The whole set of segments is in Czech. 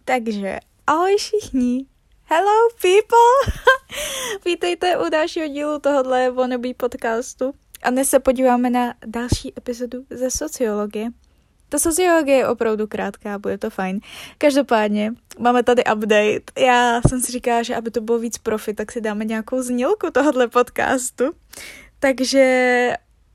Takže ahoj všichni. Hello people. Vítejte u dalšího dílu tohohle wannabe podcastu. A dnes se podíváme na další epizodu ze sociologie. Ta sociologie je opravdu krátká, bude to fajn. Každopádně máme tady update. Já jsem si říkala, že aby to bylo víc profi, tak si dáme nějakou znělku tohohle podcastu. Takže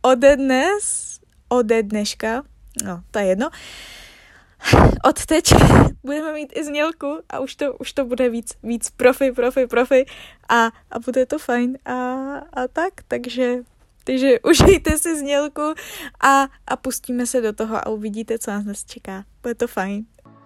ode dneška, no to je jedno, od teď budeme mít i znělku a už to bude víc profi a bude to fajn a tak, takže užijte si znělku a pustíme se do toho a uvidíte, co nás dnes čeká. Bude to fajn.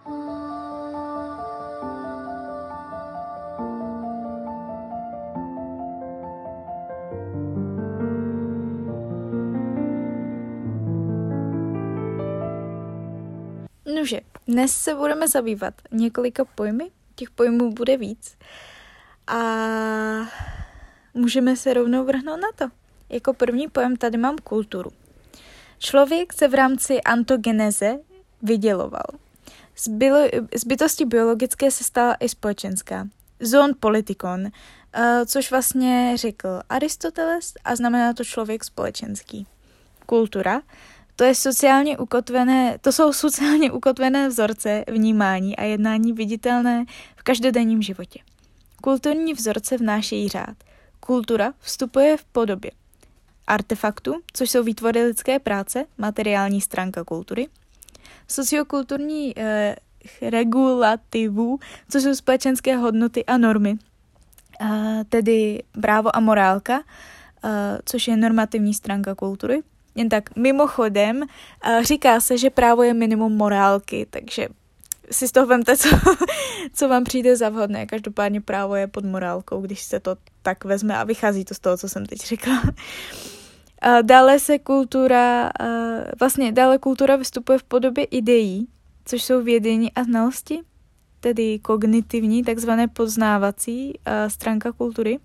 Nože, dnes se budeme zabývat několika pojmy, těch pojmů bude víc a můžeme se rovnou vrhnout na to. Jako první pojem tady mám kulturu. Člověk se v rámci antogeneze vyděloval. Z bytosti biologické se stala i společenská. Zoon politikon, což vlastně řekl Aristoteles a znamená to člověk společenský. Kultura, to jsou sociálně ukotvené vzorce vnímání a jednání viditelné v každodenním životě. Kulturní vzorce vnášejí řád. Kultura vstupuje v podobě artefaktu, což jsou výtvory lidské práce, materiální stránka kultury, sociokulturní regulativu, což jsou společenské hodnoty a normy, tedy právo a morálka, což je normativní stránka kultury. Jen tak mimochodem, říká se, že právo je minimum morálky, takže si z toho vemte, co vám přijde za vhodné. Každopádně právo je pod morálkou, když se to tak vezme a vychází to z toho, co jsem teď řekla. Dále kultura vystupuje v podobě ideí, což jsou vědění a znalosti, tedy kognitivní, takzvané poznávací stránka kultury.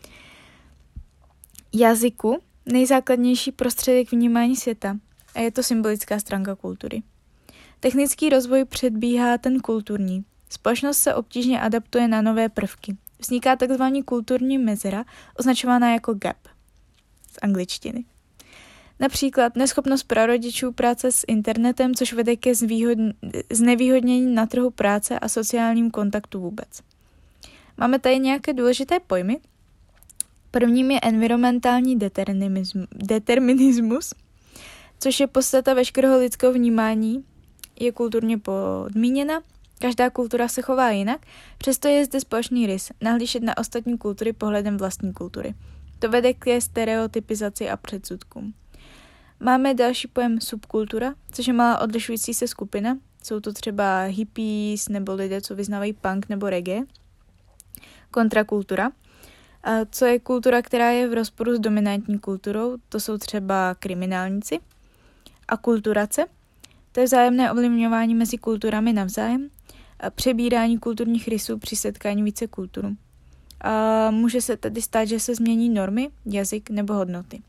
Jazyku, nejzákladnější prostředek vnímání světa a je to symbolická stránka kultury. Technický rozvoj předbíhá ten kulturní. Společnost se obtížně adaptuje na nové prvky. Vzniká tzv. Kulturní mezera, označovaná jako gap z angličtiny. Například neschopnost prarodičů práce s internetem, což vede ke znevýhodnění na trhu práce a sociálním kontaktu vůbec. Máme tady nějaké důležité pojmy. Prvním je environmentální determinismus, což je podstata veškerého lidského vnímání, je kulturně podmíněna. Každá kultura se chová jinak, přesto je zde společný rys, nahlížet na ostatní kultury pohledem vlastní kultury. To vede ke stereotypizaci a předsudkům. Máme další pojem subkultura, což je malá odlišující se skupina. Jsou to třeba hippies nebo lidé, co vyznávají punk nebo reggae. Kontrakultura, co je kultura, která je v rozporu s dominantní kulturou, to jsou třeba kriminálníci. A kulturace, to je vzájemné ovlivňování mezi kulturami navzájem, a přebírání kulturních rysů při setkání více kulturů. A může se tedy stát, že se změní normy, jazyk nebo hodnoty.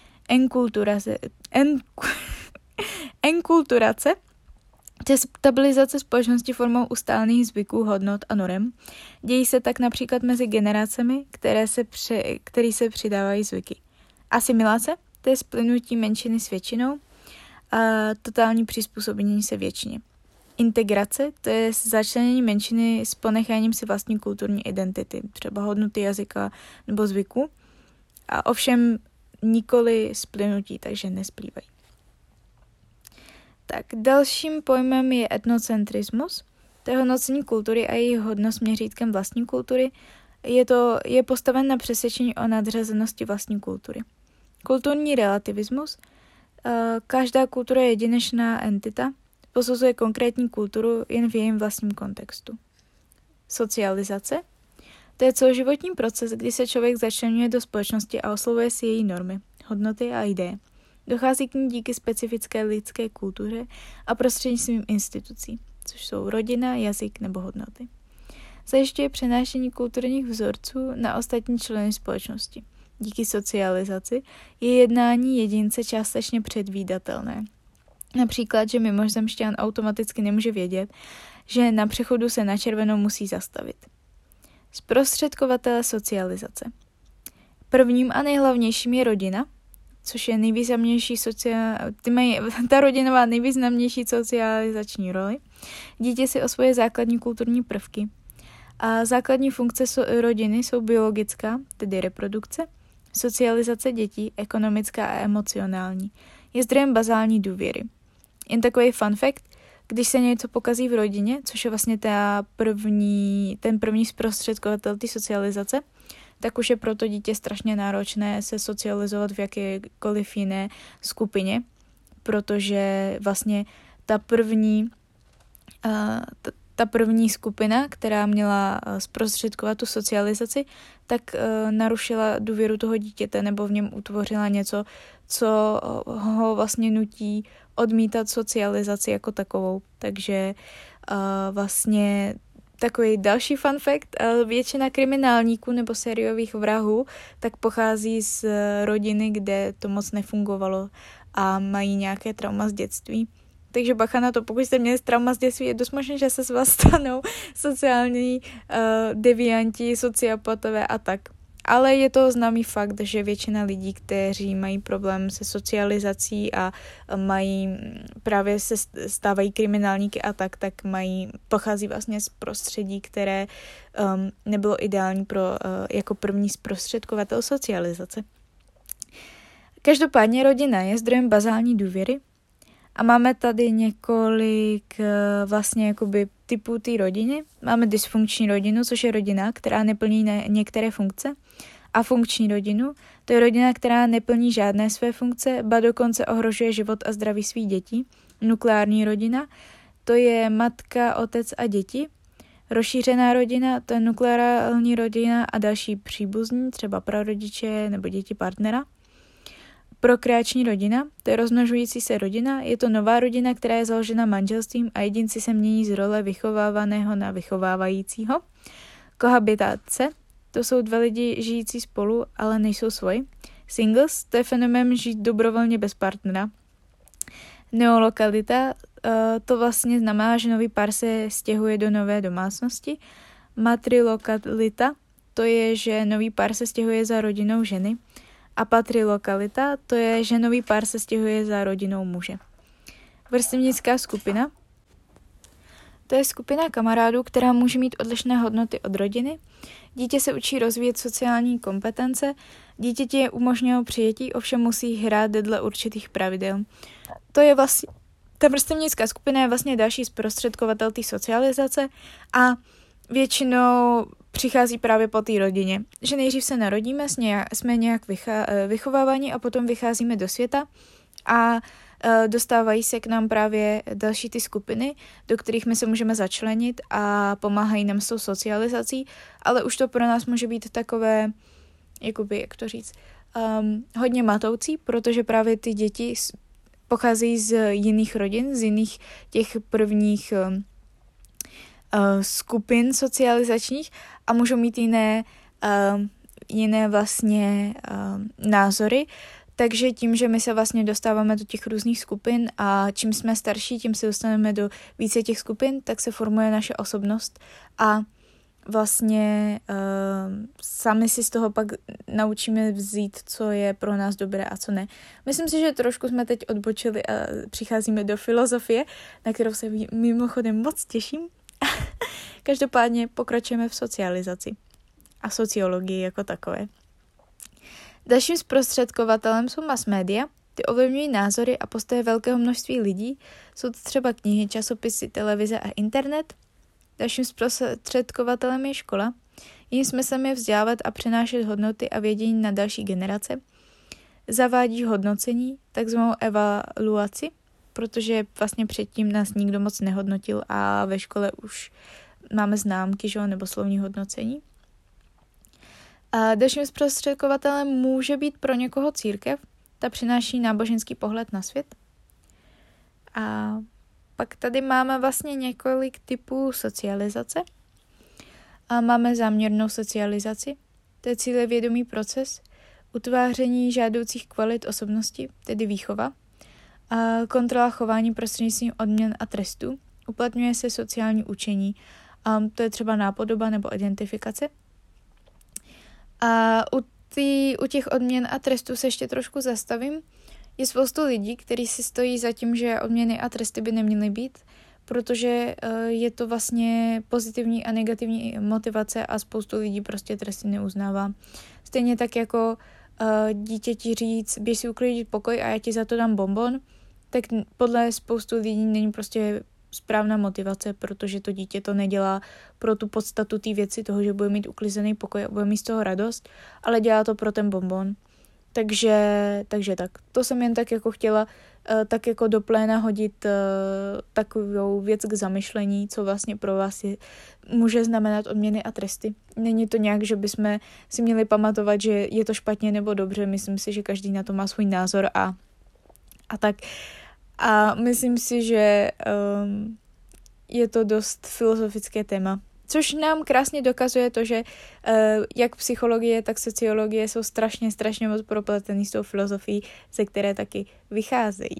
Enkulturace, to je stabilizace společnosti formou ustálených zvyků, hodnot a norem. Dějí se tak například mezi generacemi, který se přidávají zvyky. Asimilace, to je splynutí menšiny s většinou a totální přizpůsobení se většině. Integrace, to je začlenění menšiny s ponecháním si vlastní kulturní identity, třeba hodnoty jazyka nebo zvyku. A ovšem nikoli splynutí, takže nesplývají. Tak dalším pojmem je etnocentrismus. To je hodnocení kultury a její hodnost měřítkem vlastní kultury. Je postaven na přesvědčení o nadřazenosti vlastní kultury. Kulturní relativismus. Každá kultura je jedinečná entita, posuzuje konkrétní kulturu jen v jejím vlastním kontextu. Socializace. To je celoživotní proces, kdy se člověk začleňuje do společnosti a oslovuje si její normy, hodnoty a ideje. Dochází k ní díky specifické lidské kultuře a prostřednictvím institucí, což jsou rodina, jazyk nebo hodnoty. Zajišťuje přenášení kulturních vzorců na ostatní členy společnosti. Díky socializaci je jednání jedince částečně předvídatelné. Například, že mimozemšťan automaticky nemůže vědět, že na přechodu se na červenou musí zastavit. Zprostředkovatele socializace. Prvním a nejhlavnějším je rodina, což je nejvýznamnější ta rodina má nejvýznamnější socializační roli. Dítě si osvoje základní kulturní prvky. A základní funkce rodiny jsou biologická, tedy reprodukce, socializace dětí, ekonomická a emocionální. Je zdrojem bazální důvěry. Jen takový fun fact, když se něco pokazí v rodině, což je vlastně ten první zprostředkovatel té socializace, tak už je pro to dítě strašně náročné se socializovat v jakékoliv jiné skupině, protože vlastně ta první skupina, která měla zprostředkovat tu socializaci, tak narušila důvěru toho dítěte nebo v něm utvořila něco, co ho vlastně nutí odmítat socializaci jako takovou. Takže vlastně takový další fun fact, většina kriminálníků nebo sériových vrahů tak pochází z rodiny, kde to moc nefungovalo a mají nějaké trauma z dětství. Takže bacha na to, pokud jste měli trauma z dětství, je dost možné, že se z vás stanou sociální devianti, sociopatové a tak. Ale je to známý fakt, že většina lidí, kteří mají problém se socializací a právě se stávají kriminálníky a tak pochází vlastně z prostředí, které nebylo ideální jako první zprostředkovatel socializace. Každopádně rodina je zdrojem bazální důvěry a máme tady několik vlastně jakoby typů té rodiny. Máme dysfunkční rodinu, což je rodina, která neplní některé funkce. A funkční rodinu, to je rodina, která neplní žádné své funkce, ba dokonce ohrožuje život a zdraví svých dětí. Nukleární rodina, to je matka, otec a děti. Rozšířená rodina, to je nukleární rodina a další příbuzní, třeba prarodiče nebo děti partnera. Prokreační rodina, to je rozmnožující se rodina, je to nová rodina, která je založena manželstvím a jedinci se mění z role vychovávaného na vychovávajícího. Kohabitace, to jsou dva lidi žijící spolu, ale nejsou svoji. Singles, to je fenomén žít dobrovolně bez partnera. Neolokalita, to vlastně znamená, že nový pár se stěhuje do nové domácnosti. Matrilokalita, to je, že nový pár se stěhuje za rodinou ženy. A patrilokalita, to je, že nový pár se stěhuje za rodinou muže. Vrstevnická skupina, to je skupina kamarádů, která může mít odlišné hodnoty od rodiny. Dítě se učí rozvíjet sociální kompetence, dítěti je umožněno přijetí, ovšem musí hrát dle určitých pravidel. To je vlastně, ta vrstevnická skupina je vlastně další zprostředkovatel té socializace a většinou přichází právě po té rodině. Že nejdřív se narodíme, jsme nějak vychováváni a potom vycházíme do světa a dostávají se k nám právě další ty skupiny, do kterých my se můžeme začlenit a pomáhají nám s tou socializací, ale už to pro nás může být takové, jakoby, jak to říct, hodně matoucí, protože právě ty děti pocházejí z jiných rodin, z jiných těch prvních skupin socializačních a můžou mít jiné vlastně názory. Takže tím, že my se vlastně dostáváme do těch různých skupin a čím jsme starší, tím se dostaneme do více těch skupin, tak se formuje naše osobnost a vlastně sami si z toho pak naučíme vzít, co je pro nás dobré a co ne. Myslím si, že trošku jsme teď odbočili a přicházíme do filozofie, na kterou se mimochodem moc těším. Každopádně pokračujeme v socializaci a sociologii jako takové. Dalším zprostředkovatelem jsou mass media, ty ovlivňují názory a postoje velkého množství lidí, jsou to třeba knihy, časopisy, televize a internet. Dalším zprostředkovatelem je škola, jejím smyslem je vzdělávat a přenášet hodnoty a vědění na další generace. Zavádí hodnocení, takzvanou evaluaci, protože vlastně předtím nás nikdo moc nehodnotil a ve škole už máme známky, že? Nebo slovní hodnocení. A dalším zprostředkovatelem může být pro někoho církev, ta přináší náboženský pohled na svět. A pak tady máme vlastně několik typů socializace. A máme záměrnou socializaci, to je cílevědomý proces, utváření žádoucích kvalit osobnosti, tedy výchova. Kontrola chování prostřednictvím odměn a trestů. Uplatňuje se sociální učení. To je třeba nápodoba nebo identifikace. A u těch odměn a trestů se ještě trošku zastavím. Je spoustu lidí, kteří si stojí za tím, že odměny a tresty by neměly být, protože je to vlastně pozitivní a negativní motivace a spoustu lidí prostě tresty neuznává. Stejně tak jako dítěti říct, běž si uklidit pokoj a já ti za to dám bonbon, tak podle spoustu lidí není prostě správná motivace, protože to dítě to nedělá pro tu podstatu té věci toho, že bude mít uklizený pokoj a bude mít z toho radost, ale dělá to pro ten bonbon. Takže tak. To jsem jen tak jako chtěla tak jako do pléna hodit takovou věc k zamyšlení, co vlastně pro vás může znamenat odměny a tresty. Není to nějak, že bychom si měli pamatovat, že je to špatně nebo dobře. Myslím si, že každý na to má svůj názor a tak. A myslím si, že je to dost filozofické téma. Což nám krásně dokazuje to, že jak psychologie, tak sociologie jsou strašně moc propletený s tou filozofií, ze které taky vycházejí.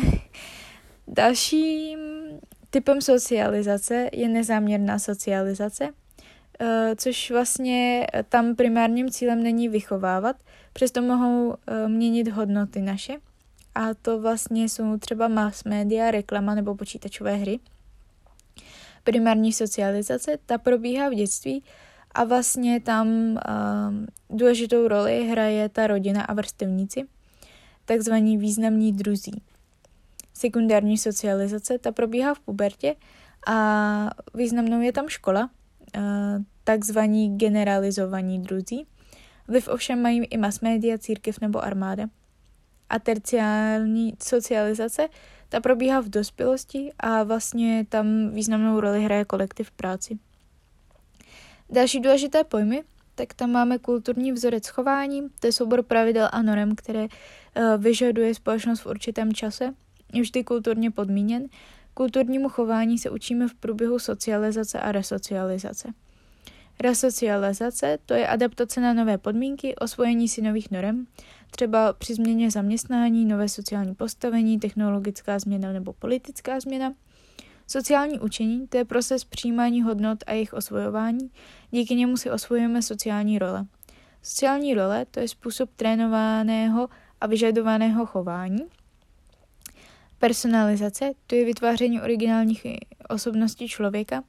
Dalším typem socializace je nezáměrná socializace, což vlastně tam primárním cílem není vychovávat, přesto mohou měnit hodnoty naše. A to vlastně jsou třeba mass media, reklama nebo počítačové hry. Primární socializace, ta probíhá v dětství a vlastně tam důležitou roli hraje ta rodina a vrstevníci, takzvaní významní druzí. Sekundární socializace, ta probíhá v pubertě a významnou je tam škola, takzvaní generalizovaní druzí. Vliv ovšem mají i mass media, církev nebo armáda. A terciální socializace, ta probíhá v dospělosti a vlastně tam významnou roli hraje kolektiv práci. Další důležité pojmy, tak tam máme kulturní vzorec chování, to je soubor pravidel a norem, které vyžaduje společnost v určitém čase, je vždy kulturně podmíněn. Kulturnímu chování se učíme v průběhu socializace a resocializace. Resocializace, to je adaptace na nové podmínky, osvojení si nových norem, třeba při změně zaměstnání, nové sociální postavení, technologická změna nebo politická změna. Sociální učení, to je proces přijímání hodnot a jejich osvojování, díky němu si osvojujeme sociální role. Sociální role, to je způsob trénovaného a vyžadovaného chování. Personalizace, to je vytváření originálních osobností člověka.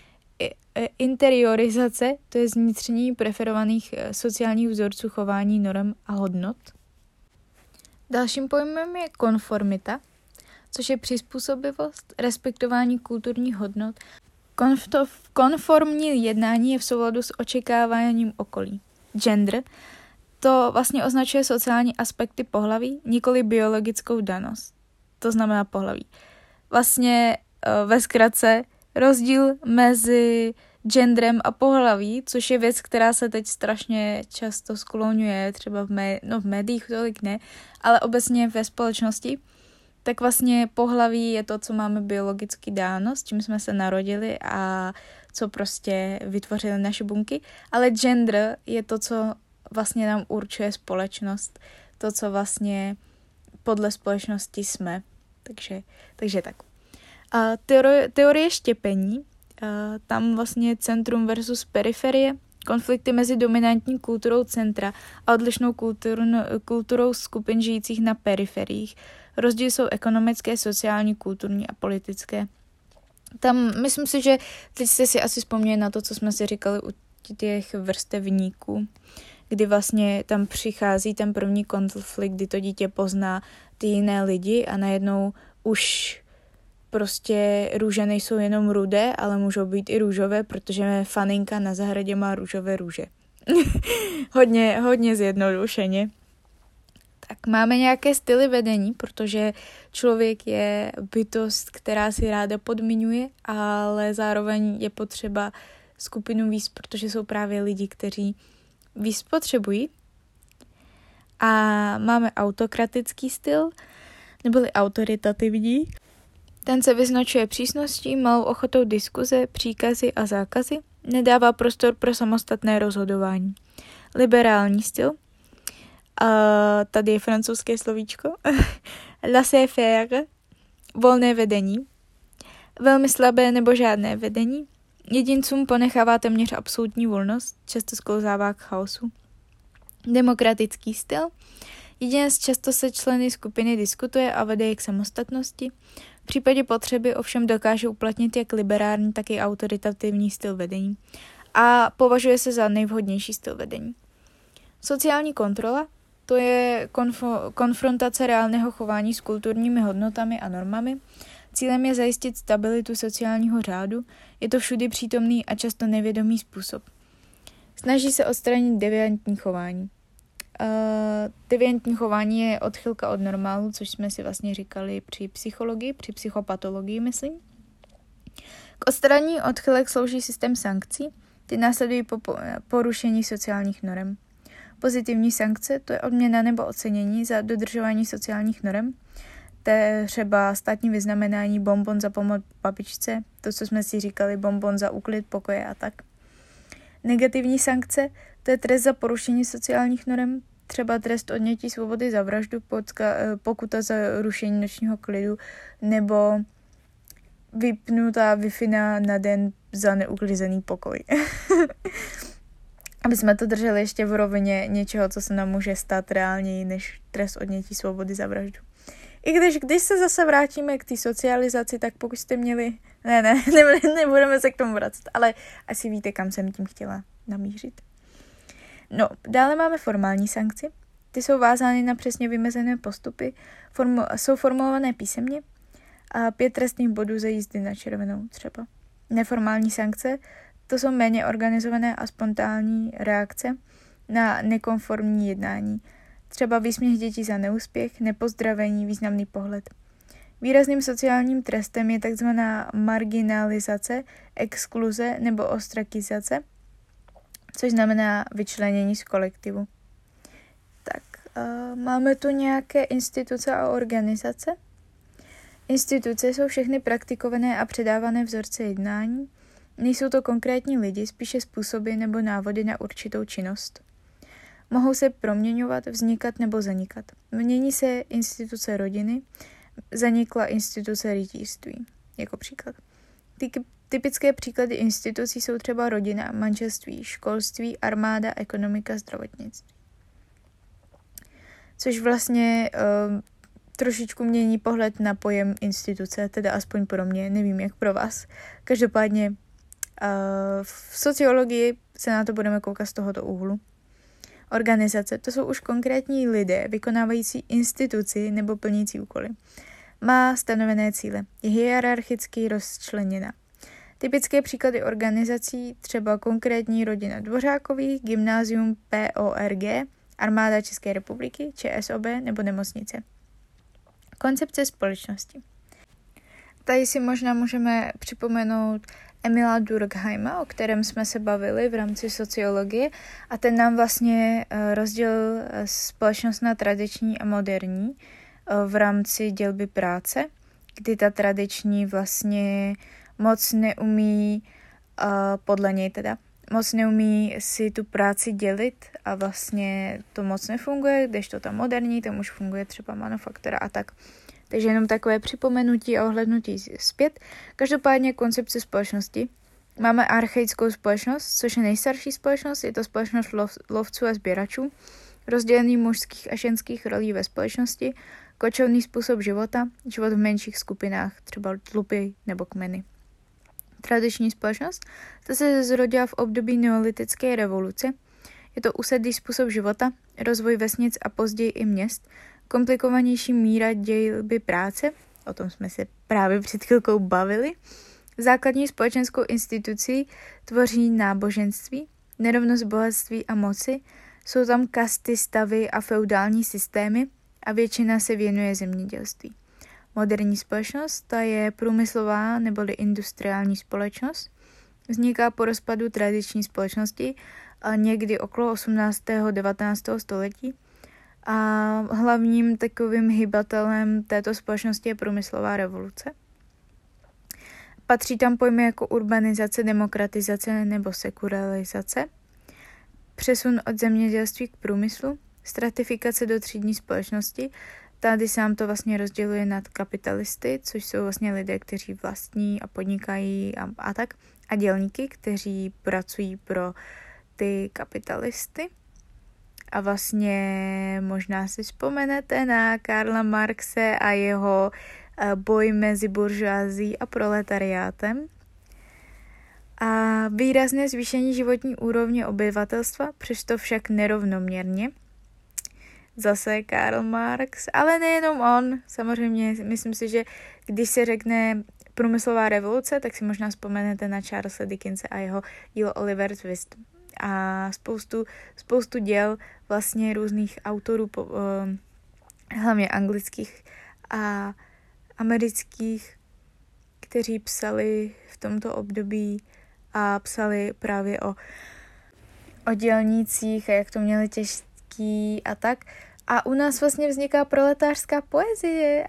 Interiorizace, to je zvnitřnění preferovaných sociálních vzorců chování, norem a hodnot. Dalším pojmem je konformita, což je přizpůsobivost, respektování kulturních hodnot. Konformní jednání je v souladu s očekáváním okolí. Gender, to vlastně označuje sociální aspekty pohlaví, nikoli biologickou danost. To znamená pohlaví. Vlastně ve zkratce rozdíl mezi genderem a pohlaví, což je věc, která se teď strašně často skloňuje, třeba v médiích tolik ne, ale obecně ve společnosti, tak vlastně pohlaví je to, co máme biologicky dáno, s čím jsme se narodili a co prostě vytvořily naše buňky, ale gender je to, co vlastně nám určuje společnost, to, co vlastně podle společnosti jsme. Takže tak. A teorie štěpení, tam vlastně centrum versus periferie, konflikty mezi dominantní kulturou centra a odlišnou kulturou skupin žijících na periferiích. Rozdíly jsou ekonomické, sociální, kulturní a politické. Tam myslím si, že teď jste si asi vzpomněli na to, co jsme si říkali u těch vrstevníků, kdy vlastně tam přichází ten první konflikt, kdy to dítě pozná ty jiné lidi a najednou už prostě růže nejsou jenom rudé, ale můžou být i růžové, protože faninka na zahradě má růžové růže. hodně zjednodušeně. Tak máme nějaké styly vedení, protože člověk je bytost, která si ráda podmiňuje, ale zároveň je potřeba skupinu víc, protože jsou právě lidi, kteří víc potřebují. A máme autokratický styl, neboli autoritativní. Ten se vyznačuje přísností, malou ochotou diskuze, příkazy a zákazy, nedává prostor pro samostatné rozhodování. Liberální styl, a tady je francouzské slovíčko, laissez-faire, volné vedení, velmi slabé nebo žádné vedení, jedincům ponechává téměř absolutní volnost, často sklouzává k chaosu. Demokratický styl, jedinec často se členy skupiny diskutuje a vede je k samostatnosti, v případě potřeby ovšem dokáže uplatnit jak liberální, tak i autoritativní styl vedení a považuje se za nejvhodnější styl vedení. Sociální kontrola, to je konfrontace reálného chování s kulturními hodnotami a normami. Cílem je zajistit stabilitu sociálního řádu, je to všudy přítomný a často nevědomý způsob. Snaží se odstranit deviantní chování. Deviantní chování je odchylka od normálu, což jsme si vlastně říkali při psychologii, při psychopatologii, myslím. K odstranění odchylek slouží systém sankcí, ty následují po porušení sociálních norem. Pozitivní sankce, to je odměna nebo ocenění za dodržování sociálních norem, to je třeba státní vyznamenání, bonbon za pomoc babičce, to, co jsme si říkali, bonbon za úklid pokoje a tak. Negativní sankce, to je trest za porušení sociálních norem, třeba trest odnětí svobody za vraždu, pokuta za rušení nočního klidu nebo vypnutá Wi-Fi na den za neuklizený pokoj. Aby jsme to drželi ještě v rovině něčeho, co se nám může stát reálněji než trest odnětí svobody za vraždu. I když se zase vrátíme k té socializaci, tak pokud jste měli... nebudeme se k tomu vracet, ale asi víte, kam jsem tím chtěla namířit. No, dále máme formální sankce. Ty jsou vázány na přesně vymezené postupy, jsou formulované písemně a 5 trestných bodů za jízdy na červenou třeba. Neformální sankce, to jsou méně organizované a spontánní reakce na nekonformní jednání. Třeba výsměch dětí za neúspěch, nepozdravení, významný pohled. Výrazným sociálním trestem je tzv. Marginalizace, exkluze nebo ostrakizace, což znamená vyčlenění z kolektivu. Tak, máme tu nějaké instituce a organizace. Instituce jsou všechny praktikované a předávané vzorce jednání. Nejsou to konkrétní lidi, spíše způsoby nebo návody na určitou činnost. Mohou se proměňovat, vznikat nebo zanikat. Mění se instituce rodiny, zanikla instituce rytířství, jako příklad. Typické příklady institucí jsou třeba rodina, manželství, školství, armáda, ekonomika, zdravotnictví. Což vlastně trošičku mění pohled na pojem instituce, teda aspoň pro mě, nevím jak pro vás. Každopádně v sociologii se na to budeme koukat z tohoto úhlu. Organizace, to jsou už konkrétní lidé, vykonávající instituci nebo plnící úkoly. Má stanovené cíle, je hierarchicky rozčleněna. Typické příklady organizací, třeba konkrétní rodina Dvořákových, gymnázium PORG, armáda České republiky, ČSOB nebo nemocnice. Koncepce společnosti. Tady si možná můžeme připomenout Emila Durkheima, o kterém jsme se bavili v rámci sociologie, a ten nám vlastně rozdělil společnost na tradiční a moderní v rámci dělby práce, kdy ta tradiční vlastně moc neumí, podle něj teda, moc neumí si tu práci dělit a vlastně to moc nefunguje, kdežto ta moderní, tam už funguje třeba manufaktura a tak. Takže jenom takové připomenutí a ohlednutí zpět. Každopádně koncepce společnosti. Máme archaickou společnost, což je nejstarší společnost, je to společnost lovců a sběračů, rozdělený mužských a ženských rolí ve společnosti, kočovný způsob života, život v menších skupinách, třeba tlupy nebo kmeny. Tradiční společnost, ta se zrodila v období neolitické revoluce. Je to usedlý způsob života, rozvoj vesnic a později i měst, komplikovanější míra dělby práce, o tom jsme se právě před chvilkou bavili. Základní společenskou institucí tvoří náboženství, nerovnost bohatství a moci, jsou tam kasty, stavy a feudální systémy a většina se věnuje zemědělství. Moderní společnost, ta je průmyslová neboli industriální společnost, vzniká po rozpadu tradiční společnosti někdy okolo 18. 19. století a hlavním takovým hybatelem této společnosti je průmyslová revoluce. Patří tam pojmy jako urbanizace, demokratizace nebo sekularizace, přesun od zemědělství k průmyslu, stratifikace do třídní společnosti, Tady se nám to vlastně rozděluje na kapitalisty, což jsou vlastně lidé, kteří vlastní a podnikají a tak, a dělníky, kteří pracují pro ty kapitalisty. A vlastně možná si vzpomenete na Karla Marxe a jeho boj mezi buržoazí a proletariátem. A výrazné zvýšení životní úrovně obyvatelstva, přesto však nerovnoměrně. Zase Karl Marx, ale nejenom on. Samozřejmě myslím si, že když se řekne průmyslová revoluce, tak si možná vzpomenete na Charlesa Dickense a jeho dílo Oliver Twist. A spoustu děl vlastně různých autorů, hlavně anglických a amerických, kteří psali v tomto období a psali právě o dělnících a jak to měli těžký a tak. A u nás vlastně vzniká proletářská poezie,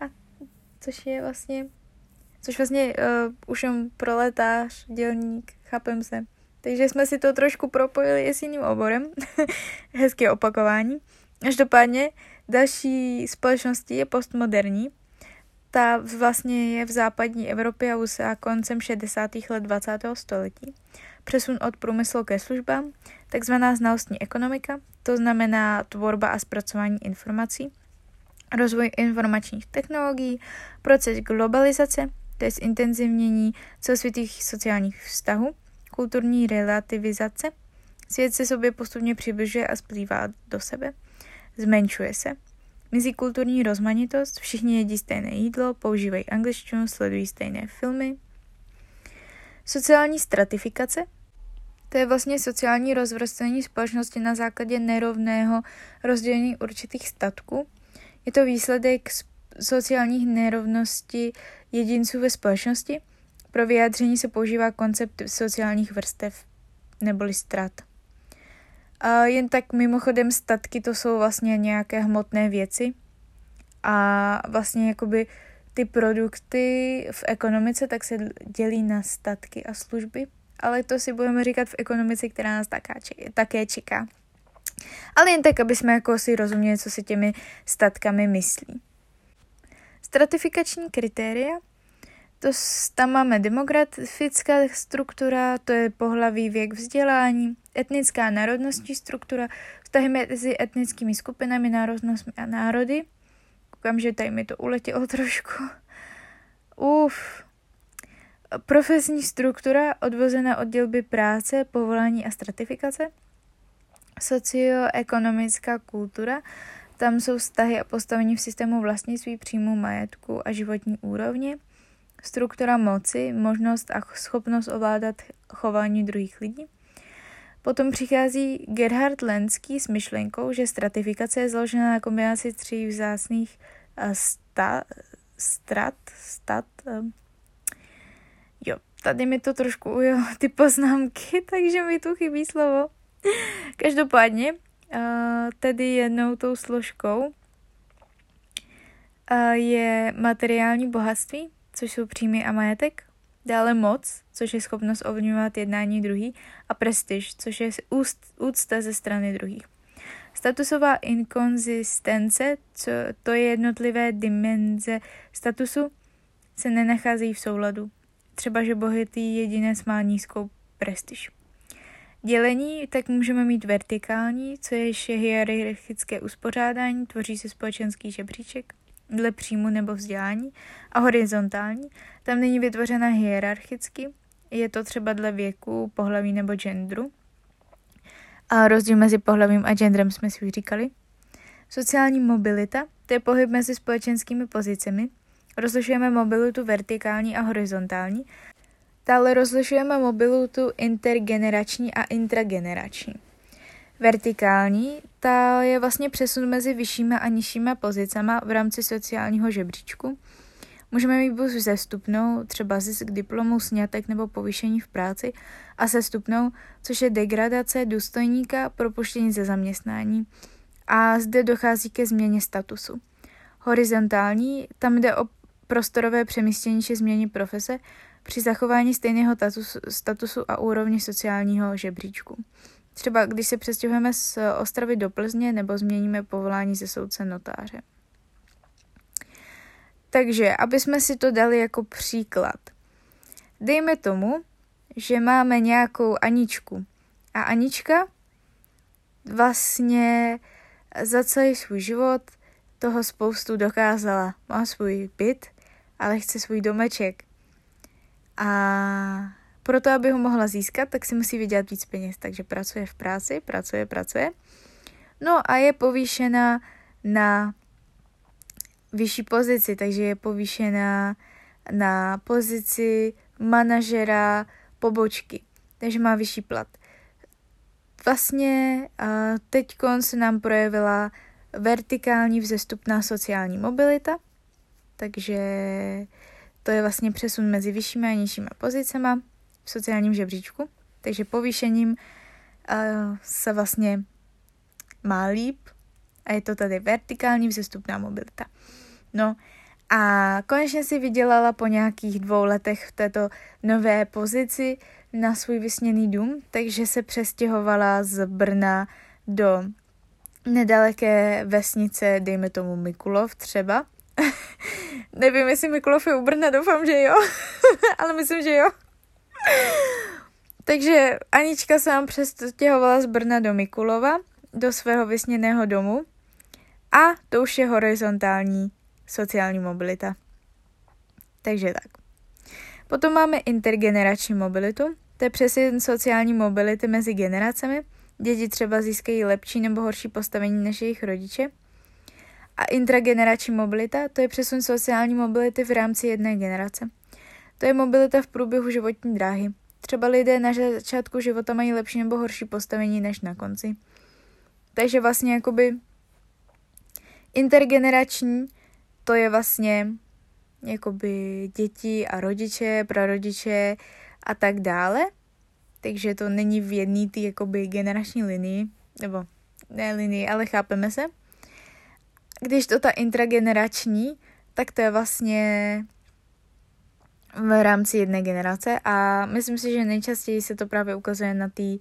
což vlastně už jen proletář, dělník, chápem se. Takže jsme si to trošku propojili s jiným oborem. Hezké opakování. Každopádně další společnosti je postmoderní. Ta vlastně je v západní Evropě a USA koncem 60. let 20. století. Přesun od průmyslu ke službám, takzvaná znalostní ekonomika, to znamená tvorba a zpracování informací, rozvoj informačních technologií, proces globalizace, to je zintenzivnění celosvětových sociálních vztahů, kulturní relativizace, svět se sobě postupně přibližuje a splývá do sebe, zmenšuje se. Mezikulturní rozmanitost, všichni jedí stejné jídlo, používají angličtinu, sledují stejné filmy. Sociální stratifikace, to je vlastně sociální rozvrstvení společnosti na základě nerovného rozdělení určitých statků. Je to výsledek sociálních nerovností jedinců ve společnosti. Pro vyjádření se používá koncept sociálních vrstev neboli strat. A jen tak mimochodem statky to jsou vlastně nějaké hmotné věci a vlastně jakoby ty produkty v ekonomice tak se dělí na statky a služby, ale to si budeme říkat v ekonomice, která nás také čeká. Ale jen tak, aby jsme jako si rozuměli, co se těmi statkami myslí. Stratifikační kritéria, tam máme demografická struktura, to je pohlaví, věk, vzdělání, etnická a národnostní struktura, vztahy mezi etnickými skupinami, národnostmi a národy. Koukám, že tady mi to uletělo trošku. Profesní struktura, odvozená od dělby práce, povolání a stratifikace. Socioekonomická kultura, tam jsou vztahy a postavení v systému vlastnictví, příjmu, majetku a životní úrovně. Struktura moci, možnost a schopnost ovládat chování druhých lidí. Potom přichází Gerhard Lenský s myšlenkou, že stratifikace je založena na kombinaci tří vzácných tady mi to trošku ujelo ty poznámky, takže mi tu chybí slovo. Každopádně, tedy jednou tou složkou je materiální bohatství, což jsou příjmy a majetek, dále moc, což je schopnost ovlivňovat jednání druhých, a prestiž, což je úcta ze strany druhých. Statusová inkonzistence, to je jednotlivé dimenze statusu, se nenacházejí v souladu. Třeba, že bohatý jedinec má nízkou prestiž. Dělení tak můžeme mít vertikální, což je hierarchické uspořádání, tvoří se společenský žebříček dle příjmu nebo vzdělání, a horizontální, tam není vytvořena hierarchicky, je to třeba dle věku, pohlaví nebo genderu. A rozdíl mezi pohlavím a genderem jsme si už říkali. Sociální mobilita, to je pohyb mezi společenskými pozicemi. Rozlišujeme mobilitu vertikální a horizontální. Dále rozlišujeme mobilitu intergenerační a intragenerační. Vertikální, ta je vlastně přesun mezi vyššíma a nižšíma pozicama v rámci sociálního žebříčku. Můžeme mít buď vzestupnou, třeba zisk diplomu, sňatek nebo povýšení v práci, a sestupnou, což je degradace důstojníka, propuštění ze zaměstnání. A zde dochází ke změně statusu. Horizontální, tam jde o prostorové přemístění či změny profese při zachování stejného statusu a úrovně sociálního žebříčku. Třeba když se přestěhujeme z Ostravy do Plzně nebo změníme povolání ze soudce notáře. Takže, aby jsme si to dali jako příklad. Dejme tomu, že máme nějakou Aničku. A Anička vlastně za celý svůj život toho spoustu dokázala. Má svůj byt, ale chce svůj domeček. A proto, aby ho mohla získat, tak si musí vydělat víc peněz. Takže pracuje v práci, pracuje. No a je povýšena na vyšší pozici, takže je povýšena na pozici manažera pobočky, takže má vyšší plat. Vlastně teďkon se nám projevila vertikální vzestupná sociální mobilita, takže to je vlastně přesun mezi vyššími a nižšími pozicema v sociálním žebříčku, takže povýšením se vlastně má líp a je to tady vertikální vzestupná mobilita. No a konečně si vydělala po nějakých 2 letech v této nové pozici na svůj vysněný dům, takže se přestěhovala z Brna do nedaleké vesnice, dejme tomu Mikulov třeba. Nevím, jestli Mikulov je u Brna, doufám, že jo, ale myslím, že jo. Takže Anička se nám přestěhovala z Brna do Mikulova, do svého vysněného domu a to už je horizontální sociální mobilita. Takže tak. Potom máme intergenerační mobilitu, to je přesně sociální mobility mezi generacemi. Děti třeba získají lepší nebo horší postavení než jejich rodiče. A intragenerační mobilita, to je přesun sociální mobility v rámci jedné generace. To je mobilita v průběhu životní dráhy. Třeba lidé na začátku života mají lepší nebo horší postavení než na konci. Takže vlastně jakoby intergenerační, to je vlastně jakoby děti a rodiče, prarodiče a tak dále. Takže to není v jedné té jakoby generační linii, nebo ne linii, ale chápeme se. Když to ta intragenerační, tak to je vlastně v rámci jedné generace a myslím si, že nejčastěji se to právě ukazuje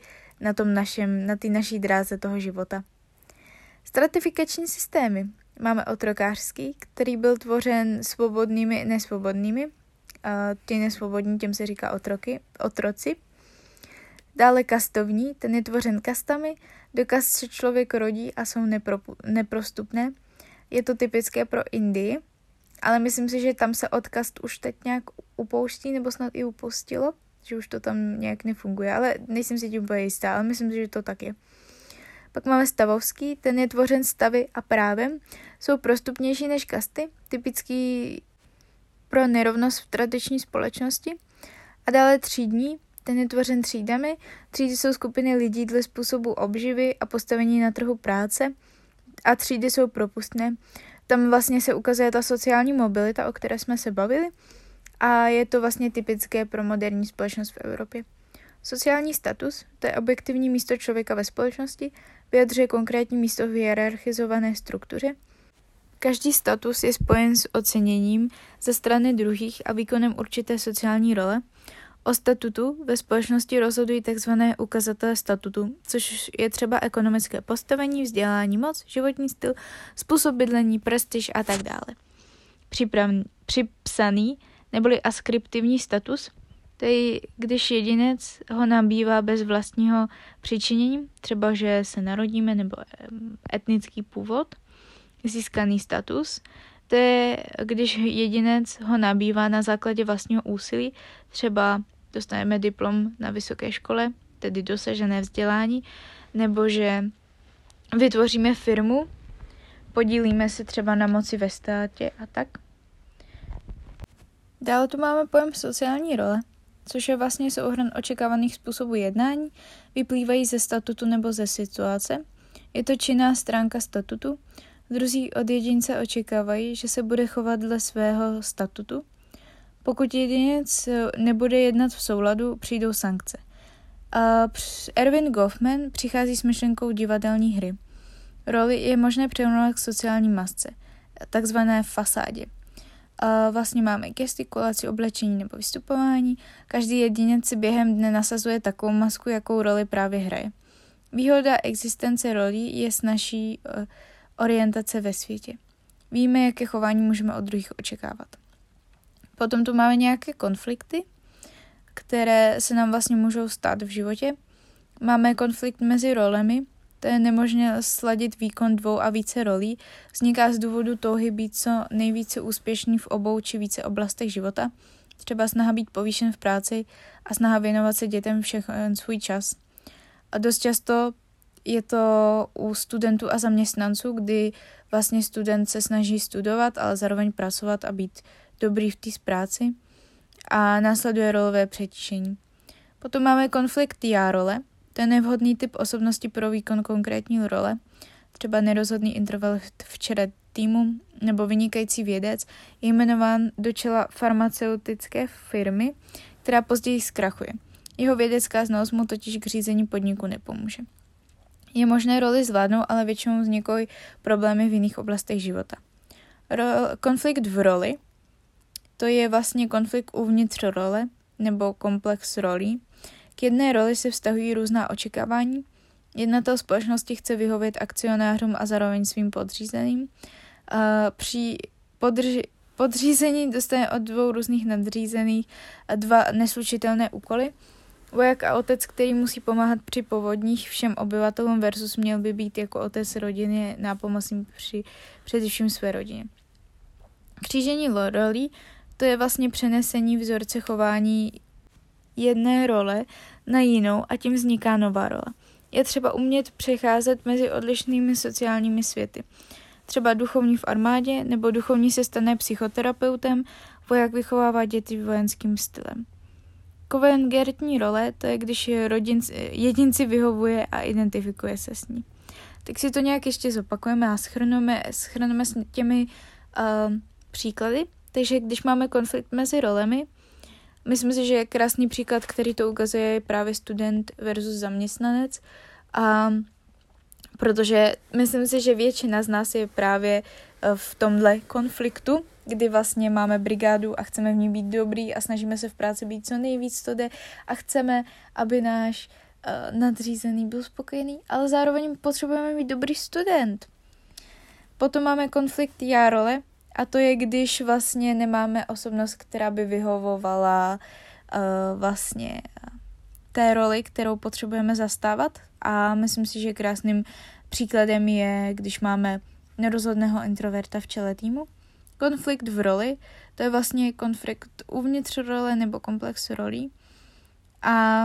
na té naší dráze toho života. Stratifikační systémy. Máme otrokářský, který byl tvořen svobodnými i nesvobodnými. Ty nesvobodní, těm se říká otroci. Dále kastovní, ten je tvořen kastami, do kast se člověk rodí a jsou neprostupné. Je to typické pro Indii, ale myslím si, že tam se od kast už teď nějak upouští, nebo snad i upustilo, že už to tam nějak nefunguje, ale nejsem si tím úplně jistá, ale myslím si, že to tak je. Pak máme stavovský, ten je tvořen stavy a právem, jsou prostupnější než kasty, typický pro nerovnost v tradiční společnosti. A dále třídní, ten je tvořen třídami. Třídy jsou skupiny lidí dle způsobu obživy a postavení na trhu práce a třídy jsou propustné. Tam vlastně se ukazuje ta sociální mobilita, o které jsme se bavili a je to vlastně typické pro moderní společnost v Evropě. Sociální status, to je objektivní místo člověka ve společnosti, vyjadřuje konkrétní místo v hierarchizované struktuře. Každý status je spojen s oceněním ze strany druhých a výkonem určité sociální role. O statutu ve společnosti rozhodují tzv. Ukazatele statutu, což je třeba ekonomické postavení, vzdělání, moc, životní styl, způsob bydlení, prestiž a tak dále. Připsaný neboli askriptivní status, to je, když jedinec ho nabývá bez vlastního přičinění, třeba že se narodíme nebo etnický původ, získaný status, to je, když jedinec ho nabývá na základě vlastního úsilí, třeba dostaneme diplom na vysoké škole, tedy dosažené vzdělání, nebo že vytvoříme firmu, podílíme se třeba na moci ve státě a tak. Dále tu máme pojem sociální role, což je vlastně souhrn očekávaných způsobů jednání, vyplývají ze statutu nebo ze situace. Je to činná stránka statutu. Druzí od jedince očekávají, že se bude chovat dle svého statutu. Pokud jedinec nebude jednat v souladu, přijdou sankce. Ervin Goffman přichází s myšlenkou divadelní hry. Roli je možné přirovnat k sociální masce, takzvané fasádě. Vlastně máme gestikulaci, oblečení nebo vystupování. Každý jedinec si během dne nasazuje takovou masku, jakou roli právě hraje. Výhoda existence rolí je snazší orientace ve světě. Víme, jaké chování můžeme od druhých očekávat. Potom tu máme nějaké konflikty, které se nám vlastně můžou stát v životě. Máme konflikt mezi rolemi, to je nemožné sladit výkon 2 a více rolí. Vzniká z důvodu touhy být co nejvíce úspěšný v obou či více oblastech života. Třeba snaha být povýšen v práci a snaha věnovat se dětem všechen svůj čas. A dost často je to u studentů a zaměstnanců, kdy vlastně student se snaží studovat, ale zároveň pracovat a být dobrý v té práci a následuje rolové přetížení. Potom máme konflikt já-role, to je nevhodný typ osobnosti pro výkon konkrétní role, třeba nerozhodný introvert v čele týmu nebo vynikající vědec je jmenován do čela farmaceutické firmy, která později zkrachuje. Jeho vědecká znalost mu totiž k řízení podniku nepomůže. Je možné roli zvládnout, ale většinou vznikají problémy v jiných oblastech života. Konflikt v roli, to je vlastně konflikt uvnitř role nebo komplex rolí. K jedné roli se vztahují různá očekávání. Jednatel společnosti chce vyhovět akcionářům a zároveň svým podřízeným. Při podřízení dostane od 2 různých nadřízených 2 neslučitelné úkoly. Voják a otec, který musí pomáhat při povodních všem obyvatelům versus měl by být jako otec rodiny nápomocný při především své rodině. Křížení rolí, to je vlastně přenesení vzorce chování jedné role na jinou a tím vzniká nová role. Je třeba umět přecházet mezi odlišnými sociálními světy. Třeba duchovní v armádě nebo duchovní se stane psychoterapeutem, voják vychovává děti vojenským stylem. Konvergentní role, to je, když jedinci vyhovuje a identifikuje se s ní. Tak si to nějak ještě zopakujeme a shrneme s těmi příklady. Takže když máme konflikt mezi rolemi, myslím si, že krásný příklad, který to ukazuje, je právě student versus zaměstnanec. Protože myslím si, že většina z nás je právě v tomhle konfliktu, kdy vlastně máme brigádu a chceme v ní být dobrý a snažíme se v práci být co nejvíc to jde a chceme, aby náš nadřízený byl spokojený, ale zároveň potřebujeme mít dobrý student. Potom máme konflikt já-role a to je, když vlastně nemáme osobnost, která by vyhovovala vlastně té roli, kterou potřebujeme zastávat a myslím si, že krásným příkladem je, když máme nerozhodného introverta v čele týmu. Konflikt v roli, to je vlastně konflikt uvnitř role nebo komplex rolí. A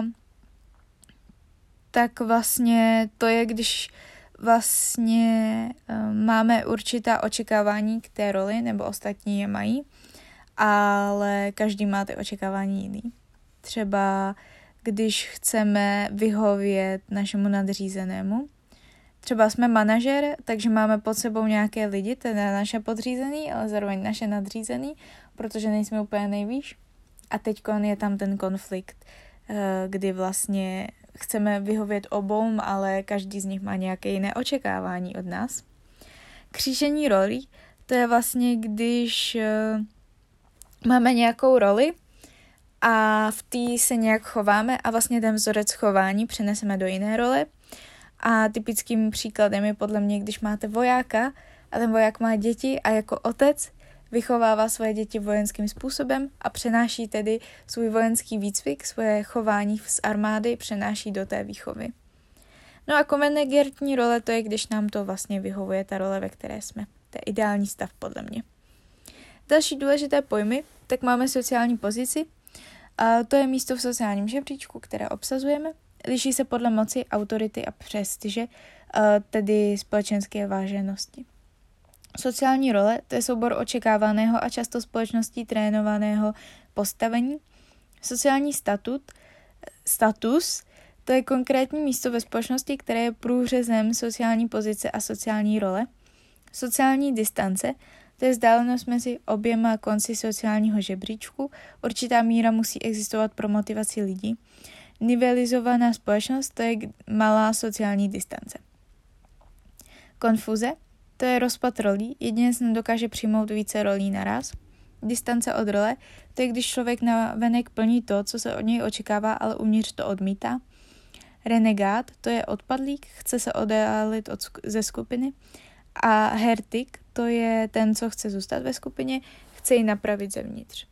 tak vlastně to je, když vlastně máme určitá očekávání k té roli, nebo ostatní je mají, ale každý má ty očekávání jiný. Třeba když chceme vyhovět našemu nadřízenému, třeba jsme manažer, takže máme pod sebou nějaké lidi, teda naše podřízený, ale zároveň naše nadřízený, protože nejsme úplně nejvýš. A teď je tam ten konflikt, kdy vlastně chceme vyhovět obou, ale každý z nich má nějaké jiné očekávání od nás. Křížení rolí, to je vlastně, když máme nějakou roli a v té se nějak chováme a vlastně ten vzorec chování přeneseme do jiné role. A typickým příkladem je podle mě, když máte vojáka a ten voják má děti a jako otec vychovává svoje děti vojenským způsobem a přenáší tedy svůj vojenský výcvik, svoje chování z armády přenáší do té výchovy. No a konvergentní role, to je, když nám to vlastně vyhovuje, ta role, ve které jsme. To je ideální stav podle mě. Další důležité pojmy, tak máme sociální pozici. A to je místo v sociálním žebříčku, které obsazujeme. Liší se podle moci, autority a prestiže, tedy společenské váženosti. Sociální role, to je soubor očekávaného a často společností trénovaného postavení. Sociální status, to je konkrétní místo ve společnosti, které je průřezem sociální pozice a sociální role. Sociální distance, to je vzdálenost mezi oběma konci sociálního žebříčku. Určitá míra musí existovat pro motivaci lidí. Nivelizovaná společnost, to je malá sociální distance. Konfuze, to je rozpad rolí, jedinec nedokáže přijmout více rolí naraz. Distance od role, to je, když člověk navenek plní to, co se od něj očekává, ale uvnitř to odmítá. Renegát, to je odpadlík, chce se oddálit ze skupiny. A hertik, to je ten, co chce zůstat ve skupině, chce ji napravit zevnitř.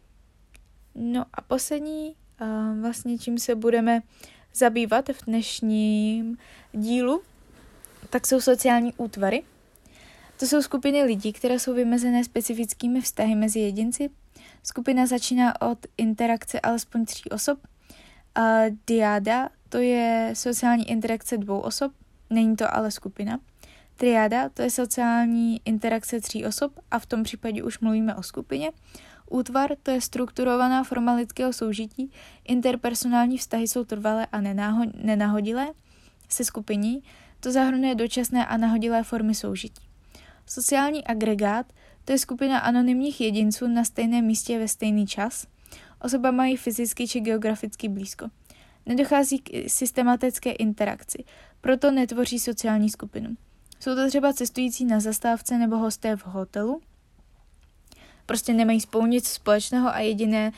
No a poslední, vlastně čím se budeme zabývat v dnešním dílu, tak jsou sociální útvary. To jsou skupiny lidí, které jsou vymezené specifickými vztahy mezi jedinci. Skupina začíná od interakce alespoň 3 osob. A diáda, to je sociální interakce 2 osob, není to ale skupina. Triáda, to je sociální interakce 3 osob a v tom případě už mluvíme o skupině. Útvar, to je strukturovaná forma lidského soužití. Interpersonální vztahy jsou trvalé a nenahodilé. Se skupiní, to zahrnuje dočasné a nahodilé formy soužití. Sociální agregát, to je skupina anonymních jedinců na stejném místě ve stejný čas. Osoba mají fyzicky či geograficky blízko. Nedochází k systematické interakci, proto netvoří sociální skupinu. Jsou to třeba cestující na zastávce nebo hosté v hotelu. Prostě nemají spolu nic společného a jediné,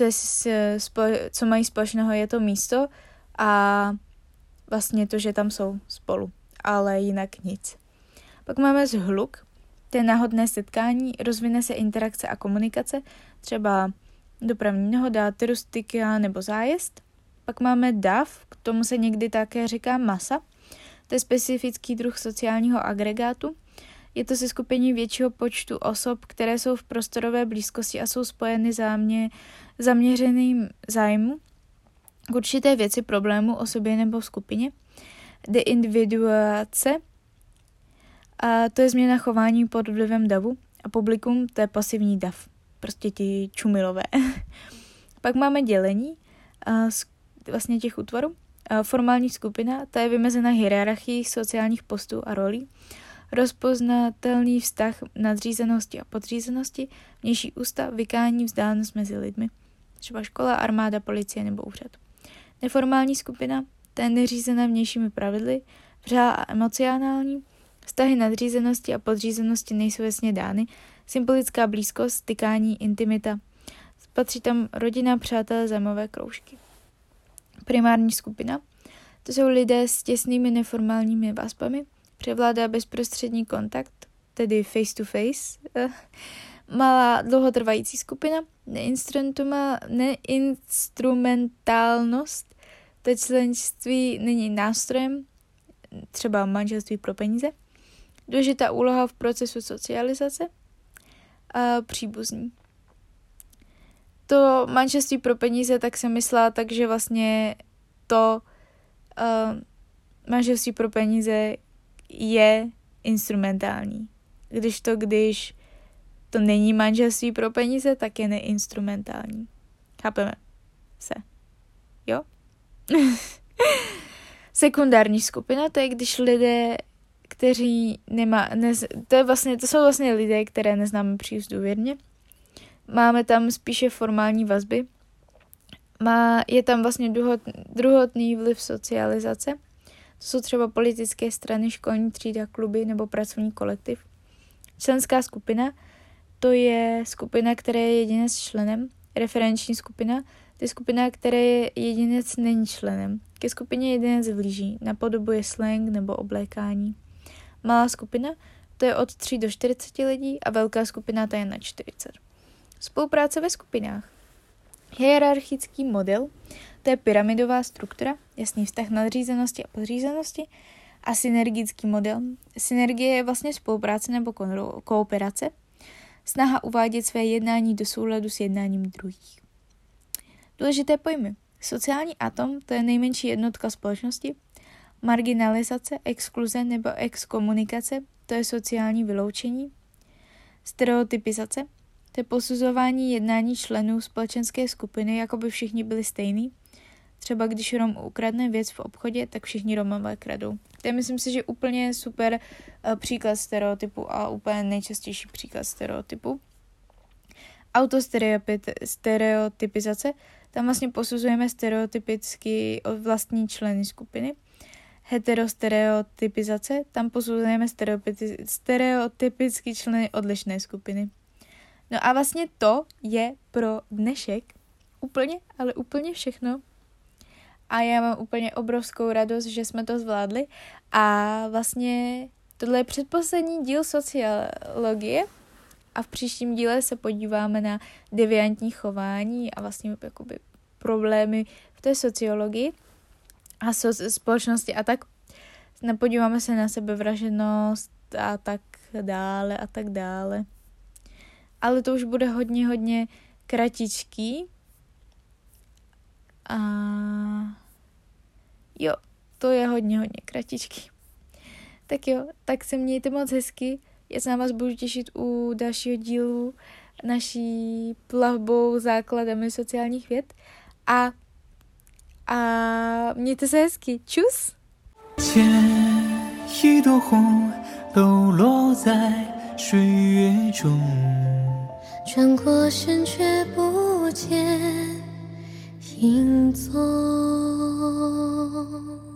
co mají společného, je to místo a vlastně to, že tam jsou spolu, ale jinak nic. Pak máme zhluk, to je náhodné setkání, rozvine se interakce a komunikace, třeba dopravní nehoda, turistika nebo zájezd. Pak máme dav, k tomu se někdy také říká masa, to je specifický druh sociálního agregátu. Je to seskupení většího počtu osob, které jsou v prostorové blízkosti a jsou spojeny zaměřeným zájmu k určité věci, problému, osobě nebo skupině. Deindividuace, a to je změna chování pod vlivem davu a publikum, to je pasivní dav, prostě ti čumilové. Pak máme dělení vlastně těch útvarů. Formální skupina, ta je vymezena hierarchií sociálních postů a rolí. Rozpoznatelný vztah nadřízenosti a podřízenosti, vnější ústav, vykání, vzdálenost mezi lidmi. Třeba škola, armáda, policie nebo úřad. Neformální skupina, ta je neřízená vnějšími pravidly, vřelá a emocionální. Vztahy nadřízenosti a podřízenosti nejsou jasně dány. Symbolická blízkost, stykání, intimita. Patří tam rodina, přátelé, zájmové kroužky. Primární skupina, to jsou lidé s těsnými neformálními vazbami. Převládá bezprostřední kontakt, tedy face to face. Malá dlouhotrvající skupina, neinstrumentálnost, to členství není nástrojem, třeba manželství pro peníze. Důležitá úloha v procesu socializace a příbuzní. To manželství pro peníze, tak jsem myslela, takže vlastně to manželství pro peníze je instrumentální. Když to není manželství pro peníze, tak je neinstrumentální. Chápeme se? Jo? Sekundární skupina, to je když lidé, kteří to jsou vlastně lidé, které neznáme příliš důvěrně. Máme tam spíše formální vazby. Je tam vlastně druhotný vliv socializace. To jsou třeba politické strany, školní třída, kluby nebo pracovní kolektiv. Členská skupina, to je skupina, které je jedinec členem. Referenční skupina, to je skupina, které jedinec není členem. Ke skupině jedinec vlíží, napodobuje slang nebo oblékání. Malá skupina, to je od 3 do 40 lidí a velká skupina, to je na 40. Spolupráce ve skupinách. Hierarchický model, to je pyramidová struktura, jasný vztah nadřízenosti a podřízenosti. A synergický model. Synergie je vlastně spolupráce nebo kooperace. Snaha uvádět své jednání do souladu s jednáním druhých. Důležité pojmy. Sociální atom, to je nejmenší jednotka společnosti. Marginalizace, exkluze nebo exkomunikace, to je sociální vyloučení. Stereotypizace, to je posuzování jednání členů společenské skupiny, jako by všichni byli stejní. Třeba když Rom ukradne věc v obchodě, tak všichni Romové kradou. To je, myslím si, že úplně super příklad stereotypu a úplně nejčastější příklad stereotypu. Autostereotypizace, tam vlastně posuzujeme stereotypicky vlastní členy skupiny. Heterostereotypizace, tam posuzujeme stereotypicky členy odlišné skupiny. No a vlastně to je pro dnešek úplně, ale úplně všechno. A já mám úplně obrovskou radost, že jsme to zvládli a vlastně Tohle je předposlední díl sociologie a v příštím díle se podíváme na deviantní chování a vlastně jakoby problémy v té sociologii a společnosti a tak. Podíváme se na sebevražednost a tak dále a tak dále. Ale to už bude hodně kratičký. A jo, to je hodně kratičký. Tak jo, tak se mějte moc hezky. Já se na vás budu těšit u dalšího dílu naší plavbou základami sociálních věd. A mějte se hezky. Čus! 剪一朵红，抖落在水月中， 转过身却不见影踪。